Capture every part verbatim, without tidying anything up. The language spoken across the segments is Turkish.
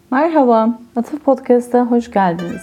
Merhaba, Atıf Podcast'a hoş geldiniz.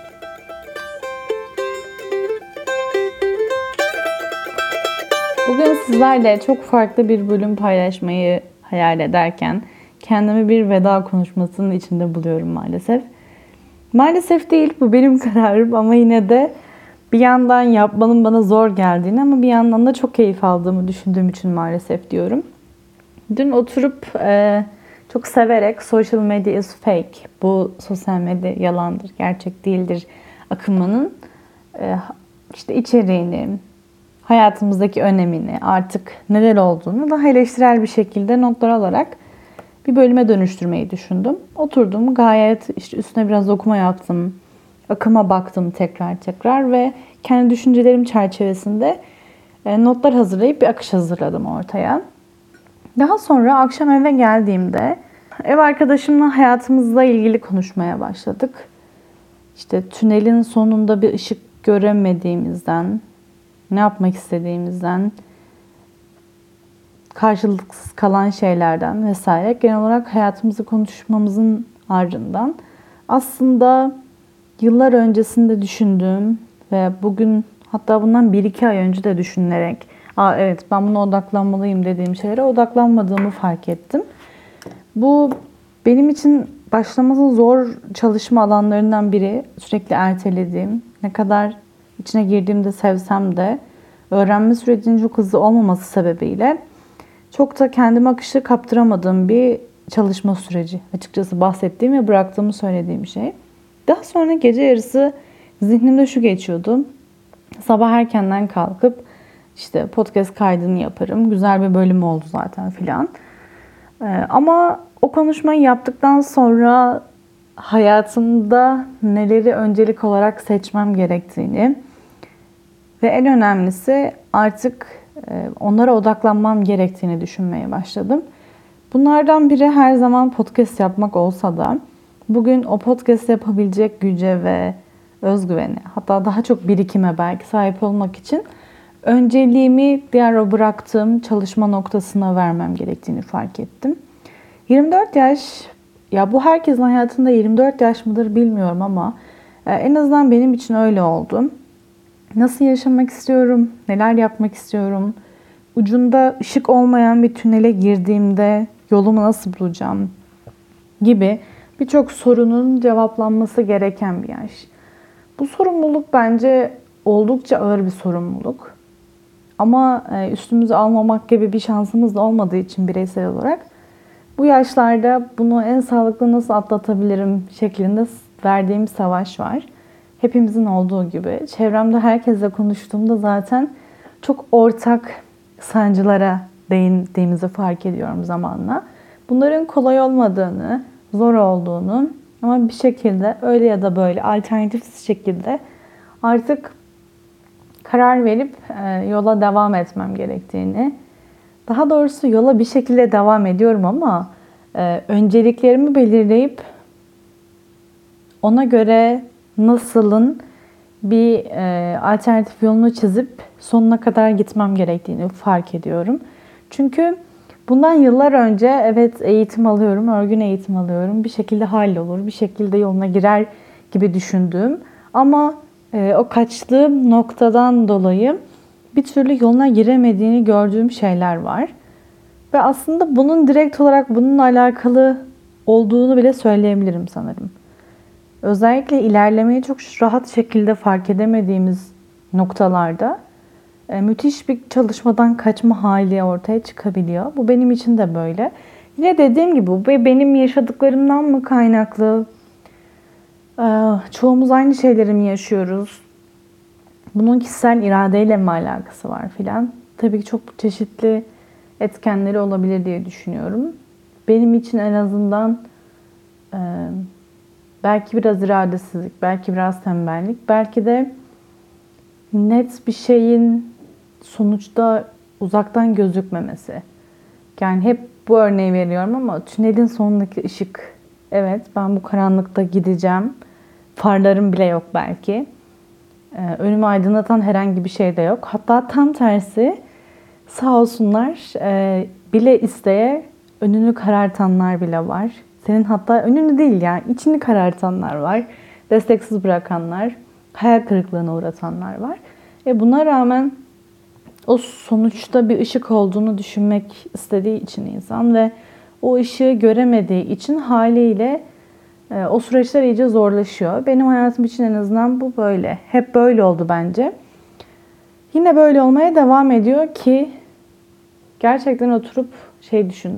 Bugün sizlerle çok farklı bir bölüm paylaşmayı hayal ederken kendimi bir veda konuşmasının içinde buluyorum maalesef. Maalesef değil, bu benim kararım ama yine de bir yandan yapmanın bana zor geldiğini ama bir yandan da çok keyif aldığımı düşündüğüm için maalesef diyorum. Dün oturup e, çok severek social media is fake, bu sosyal medya yalandır, gerçek değildir akımının e, işte içeriğini, hayatımızdaki önemini, artık neler olduğunu daha eleştirel bir şekilde notlar alarak bir bölüme dönüştürmeyi düşündüm. Oturdum, gayet işte üstüne biraz okuma yaptım, akıma baktım tekrar tekrar ve kendi düşüncelerim çerçevesinde e, notlar hazırlayıp bir akış hazırladım ortaya. Daha sonra akşam eve geldiğimde ev arkadaşımla hayatımızla ilgili konuşmaya başladık. İşte tünelin sonunda bir ışık göremediğimizden, ne yapmak istediğimizden, karşılıksız kalan şeylerden vesaire genel olarak hayatımızı konuşmamızın ardından aslında yıllar öncesinde düşündüğüm ve bugün hatta bundan bir iki ay önce de düşünerek Aa, evet ben buna odaklanmalıyım dediğim şeylere odaklanmadığımı fark ettim. Bu benim için başlaması zor çalışma alanlarından biri. Sürekli ertelediğim, ne kadar içine girdiğimde sevsem de öğrenme sürecinin çok hızlı olmaması sebebiyle çok da kendime akışı kaptıramadığım bir çalışma süreci. Açıkçası bahsettiğim ve bıraktığımı söylediğim şey. Daha sonra gece yarısı zihnimde şu geçiyordu. Sabah erkenden kalkıp işte podcast kaydını yaparım. Güzel bir bölüm oldu zaten filan. Ee, ama o konuşmayı yaptıktan sonra hayatımda neleri öncelik olarak seçmem gerektiğini ve en önemlisi artık e, onlara odaklanmam gerektiğini düşünmeye başladım. Bunlardan biri her zaman podcast yapmak olsa da bugün o podcast yapabilecek güce ve özgüvene, hatta daha çok birikime belki sahip olmak için önceliğimi diğer o bıraktığım çalışma noktasına vermem gerektiğini fark ettim. yirmi dört yaş, ya bu herkesin hayatında yirmi dört yaş mıdır bilmiyorum ama en azından benim için öyle oldu. Nasıl yaşamak istiyorum, neler yapmak istiyorum, ucunda ışık olmayan bir tünele girdiğimde yolumu nasıl bulacağım gibi birçok sorunun cevaplanması gereken bir yaş. Bu sorumluluk bence oldukça ağır bir sorumluluk. Ama üstümüze almamak gibi bir şansımız da olmadığı için bireysel olarak bu yaşlarda bunu en sağlıklı nasıl atlatabilirim şeklinde verdiğim savaş var. Hepimizin olduğu gibi. Çevremde herkesle konuştuğumda zaten çok ortak sancılara değindiğimizi fark ediyorum zamanla. Bunların kolay olmadığını, zor olduğunu ama bir şekilde öyle ya da böyle alternatif şekilde artık karar verip yola devam etmem gerektiğini, daha doğrusu yola bir şekilde devam ediyorum ama önceliklerimi belirleyip ona göre nasılın bir alternatif yolunu çizip sonuna kadar gitmem gerektiğini fark ediyorum. Çünkü bundan yıllar önce evet eğitim alıyorum, örgün eğitim alıyorum, bir şekilde hallolur, bir şekilde yoluna girer gibi düşündüğüm ama o kaçtığım noktadan dolayı bir türlü yoluna giremediğini gördüğüm şeyler var. Ve aslında bunun direkt olarak bununla alakalı olduğunu bile söyleyebilirim sanırım. Özellikle ilerlemeyi çok rahat şekilde fark edemediğimiz noktalarda müthiş bir çalışmadan kaçma hali ortaya çıkabiliyor. Bu benim için de böyle. Yine dediğim gibi bu benim yaşadıklarımdan mı kaynaklı? Çoğumuz aynı şeyleri mi yaşıyoruz? Bunun kişisel iradeyle mi alakası var filan? Tabii ki çok çeşitli etkenleri olabilir diye düşünüyorum. Benim için en azından e, belki biraz iradesizlik, belki biraz tembellik, belki de net bir şeyin sonuçta uzaktan gözükmemesi. Yani hep bu örneği veriyorum ama tünelin sonundaki ışık. Evet, ben bu karanlıkta gideceğim. Farlarım bile yok belki. Ee, önümü aydınlatan herhangi bir şey de yok. Hatta tam tersi sağ olsunlar e, bile isteye önünü karartanlar bile var. Senin hatta önünü değil yani içini karartanlar var. Desteksiz bırakanlar, hayal kırıklığına uğratanlar var. E buna rağmen o sonuçta bir ışık olduğunu düşünmek istediği için insan ve o ışığı göremediği için haliyle e, o süreçler iyice zorlaşıyor. Benim hayatım için en azından bu böyle. Hep böyle oldu bence. Yine böyle olmaya devam ediyor ki gerçekten oturup şey düşündüm.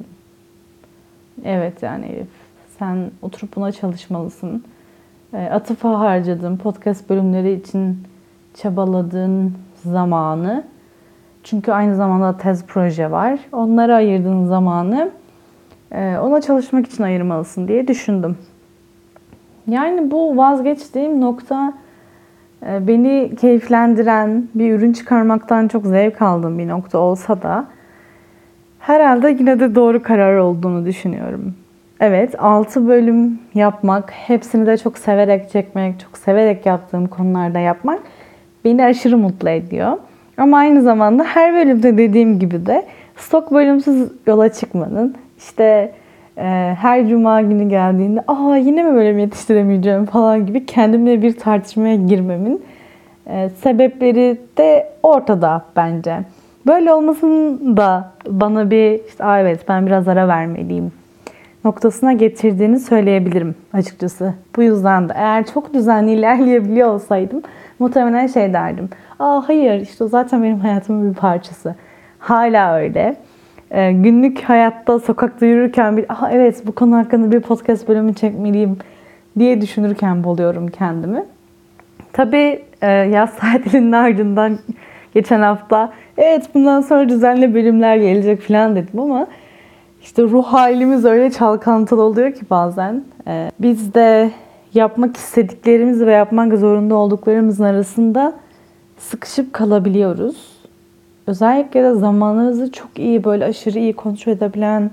Evet yani Elif, sen oturup buna çalışmalısın. E, atıfa harcadığın podcast bölümleri için çabaladığın zamanı, çünkü aynı zamanda tez proje var. Onlara ayırdığın zamanı e, ona çalışmak için ayırmalısın diye düşündüm. Yani bu vazgeçtiğim nokta e, beni keyiflendiren, bir ürün çıkarmaktan çok zevk aldığım bir nokta olsa da herhalde yine de doğru karar olduğunu düşünüyorum. Evet, altı bölüm yapmak, hepsini de çok severek çekmek, çok severek yaptığım konularda yapmak beni aşırı mutlu ediyor. Ama aynı zamanda her bölümde dediğim gibi de stok bölümsüz yola çıkmanın, işte e, her cuma günü geldiğinde aa yine mi bölüm yetiştiremeyeceğim falan gibi kendimle bir tartışmaya girmemin e, sebepleri de ortada bence. Böyle olmasının da bana bir işte, aa evet ben biraz ara vermeliyim noktasına getirdiğini söyleyebilirim açıkçası. Bu yüzden de eğer çok düzenli ilerleyebiliyor olsaydım muhtemelen şey derdim. Aa hayır işte o zaten benim hayatımın bir parçası. Hala öyle. Ee, günlük hayatta sokakta yürürken bir aha evet bu konu hakkında bir podcast bölümü çekmeliyim diye düşünürken buluyorum kendimi. Tabii e, yaz tatilinin ardından geçen hafta evet bundan sonra düzenli bölümler gelecek falan dedim ama İşte ruh halimiz öyle çalkantılı oluyor ki bazen. Ee, biz de yapmak istediklerimiz ve yapmak zorunda olduklarımızın arasında sıkışıp kalabiliyoruz. Özellikle de zamanınızı çok iyi, böyle aşırı iyi kontrol edebilen,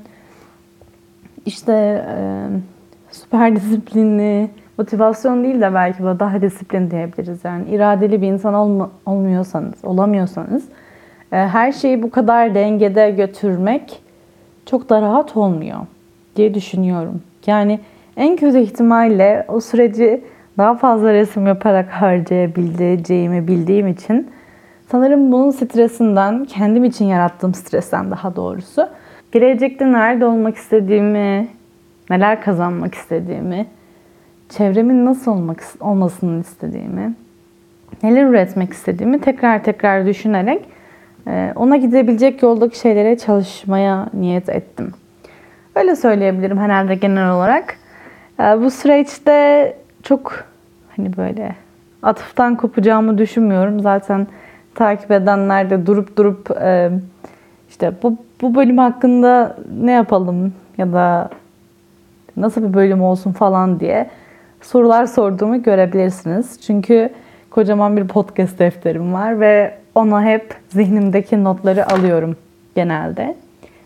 işte e, süper disiplinli, motivasyon değil de belki de daha disiplin diyebiliriz. Yani iradeli bir insan olma, olmuyorsanız, olamıyorsanız e, her şeyi bu kadar dengede götürmek çok da rahat olmuyor diye düşünüyorum. Yani en kötü ihtimalle o süreci daha fazla resim yaparak harcayabileceğimi bildiğim için sanırım bunun stresinden, kendim için yarattığım stresten daha doğrusu, gelecekte nerede olmak istediğimi, neler kazanmak istediğimi, çevremin nasıl olmak olmasını istediğimi, neler üretmek istediğimi tekrar tekrar düşünerek ona gidebilecek yoldaki şeylere çalışmaya niyet ettim. Öyle söyleyebilirim herhalde genel olarak. Bu süreçte çok hani böyle atıftan kopacağımı düşünmüyorum. Zaten takip edenler de durup durup işte bu, bu bölüm hakkında ne yapalım ya da nasıl bir bölüm olsun falan diye sorular sorduğumu görebilirsiniz. Çünkü kocaman bir podcast defterim var ve ona hep zihnimdeki notları alıyorum genelde.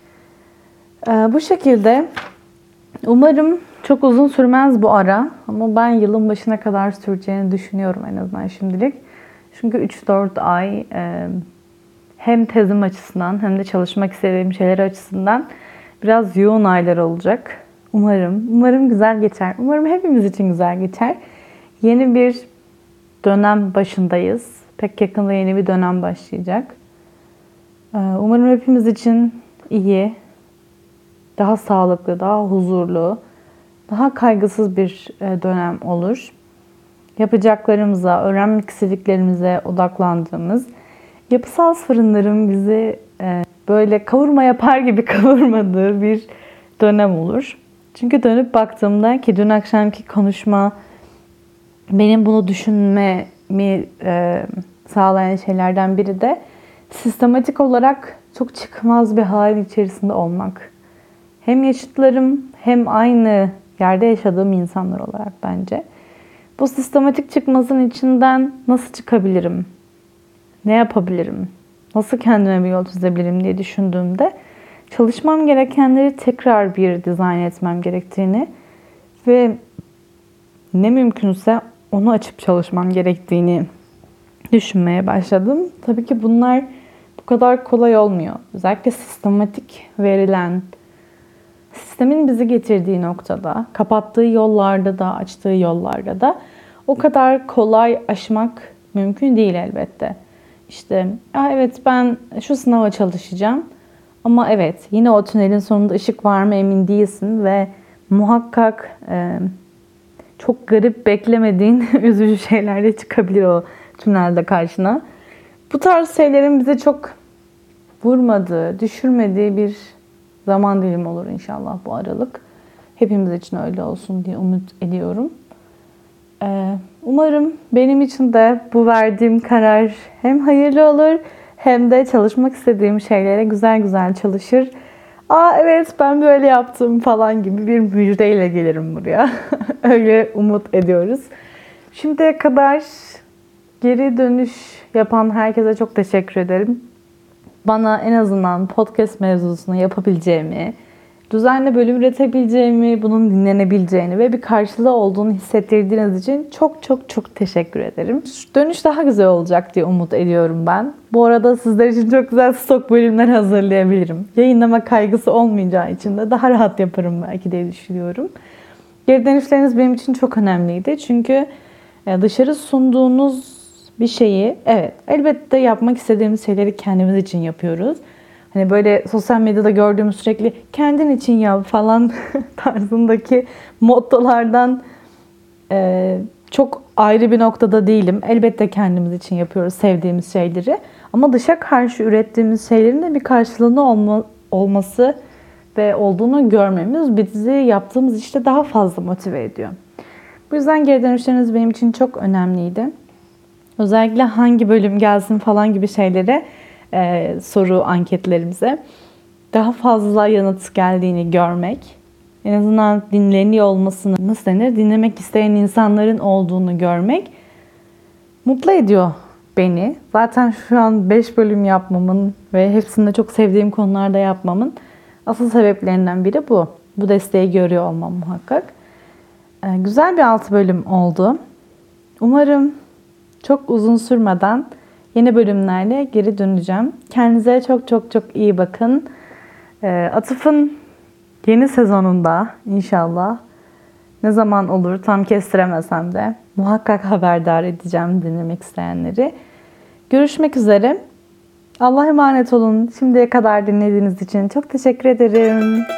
Ee, bu şekilde umarım çok uzun sürmez bu ara. Ama ben yılın başına kadar süreceğini düşünüyorum en azından şimdilik. Çünkü üç dört ay e, hem tezim açısından hem de çalışmak istediğim şeyler açısından biraz yoğun aylar olacak. Umarım, umarım güzel geçer. Umarım hepimiz için güzel geçer. Yeni bir dönem başındayız. Pek yakında yeni bir dönem başlayacak. Umarım hepimiz için iyi, daha sağlıklı, daha huzurlu, daha kaygısız bir dönem olur. Yapacaklarımıza, öğrenmek istediklerimize odaklandığımız, yapısal fırınların bizi böyle kavurma yapar gibi kavurmadığı bir dönem olur. Çünkü dönüp baktığımda ki dün akşamki konuşma benim bunu düşünmemi e, sağlayan şeylerden biri de sistematik olarak çok çıkmaz bir halin içerisinde olmak. Hem yaşıtlarım hem aynı yerde yaşadığım insanlar olarak bence. Bu sistematik çıkmazın içinden nasıl çıkabilirim? Ne yapabilirim? Nasıl kendime bir yol çizebilirim diye düşündüğümde çalışmam gerekenleri tekrar bir dizayn etmem gerektiğini ve ne mümkünse onu açıp çalışmam gerektiğini düşünmeye başladım. Tabii ki bunlar bu kadar kolay olmuyor. Özellikle sistematik verilen, sistemin bizi getirdiği noktada, kapattığı yollarda da, açtığı yollarda da o kadar kolay aşmak mümkün değil elbette. İşte evet ben şu sınava çalışacağım ama evet yine o tünelin sonunda ışık var mı emin değilsin ve muhakkak e, çok garip beklemediğin üzücü şeyler de çıkabilir o tünelde karşına. Bu tarz şeylerin bize çok vurmadığı, düşürmediği bir zaman dilimi olur inşallah bu aralık. Hepimiz için öyle olsun diye umut ediyorum. Ee, umarım benim için de bu verdiğim karar hem hayırlı olur hem de çalışmak istediğim şeylere güzel güzel çalışır. Aa evet ben böyle yaptım falan gibi bir müjdeyle gelirim buraya. Öyle umut ediyoruz. Şimdiye kadar geri dönüş yapan herkese çok teşekkür ederim. Bana en azından podcast mevzusunu yapabileceğimi, düzenli bölüm üretebileceğimi, bunun dinlenebileceğini ve bir karşılığı olduğunu hissettirdiğiniz için çok çok çok teşekkür ederim. Dönüş daha güzel olacak diye umut ediyorum ben. Bu arada sizler için çok güzel stok bölümler hazırlayabilirim. Yayınlama kaygısı olmayacağı için de daha rahat yaparım belki diye düşünüyorum. Geri dönüşleriniz benim için çok önemliydi. Çünkü dışarı sunduğunuz bir şeyi, evet elbette yapmak istediğimiz şeyleri kendimiz için yapıyoruz. Hani böyle sosyal medyada gördüğümüz sürekli kendin için yap falan tarzındaki mottolardan e, çok ayrı bir noktada değilim. Elbette kendimiz için yapıyoruz sevdiğimiz şeyleri. Ama dışa karşı ürettiğimiz şeylerin de bir karşılığında olma, olması ve olduğunu görmemiz bizi yaptığımız işte daha fazla motive ediyor. Bu yüzden geri dönüşleriniz benim için çok önemliydi. Özellikle hangi bölüm gelsin falan gibi şeylere e, soru anketlerimize daha fazla yanıt geldiğini görmek, en azından dinleniyor olmasını nasıl denir, dinlemek isteyen insanların olduğunu görmek mutlu ediyor beni. Zaten şu an beş bölüm yapmamın ve hepsinde çok sevdiğim konularda yapmamın asıl sebeplerinden biri bu. Bu desteği görüyor olmam muhakkak. E, güzel bir altı bölüm oldu. Umarım çok uzun sürmeden yeni bölümlerle geri döneceğim. Kendinize çok çok çok iyi bakın. Atıf'ın yeni sezonunda inşallah ne zaman olur tam kestiremesem de muhakkak haberdar edeceğim dinlemek isteyenleri. Görüşmek üzere. Allah'a emanet olun. Şimdiye kadar dinlediğiniz için çok teşekkür ederim.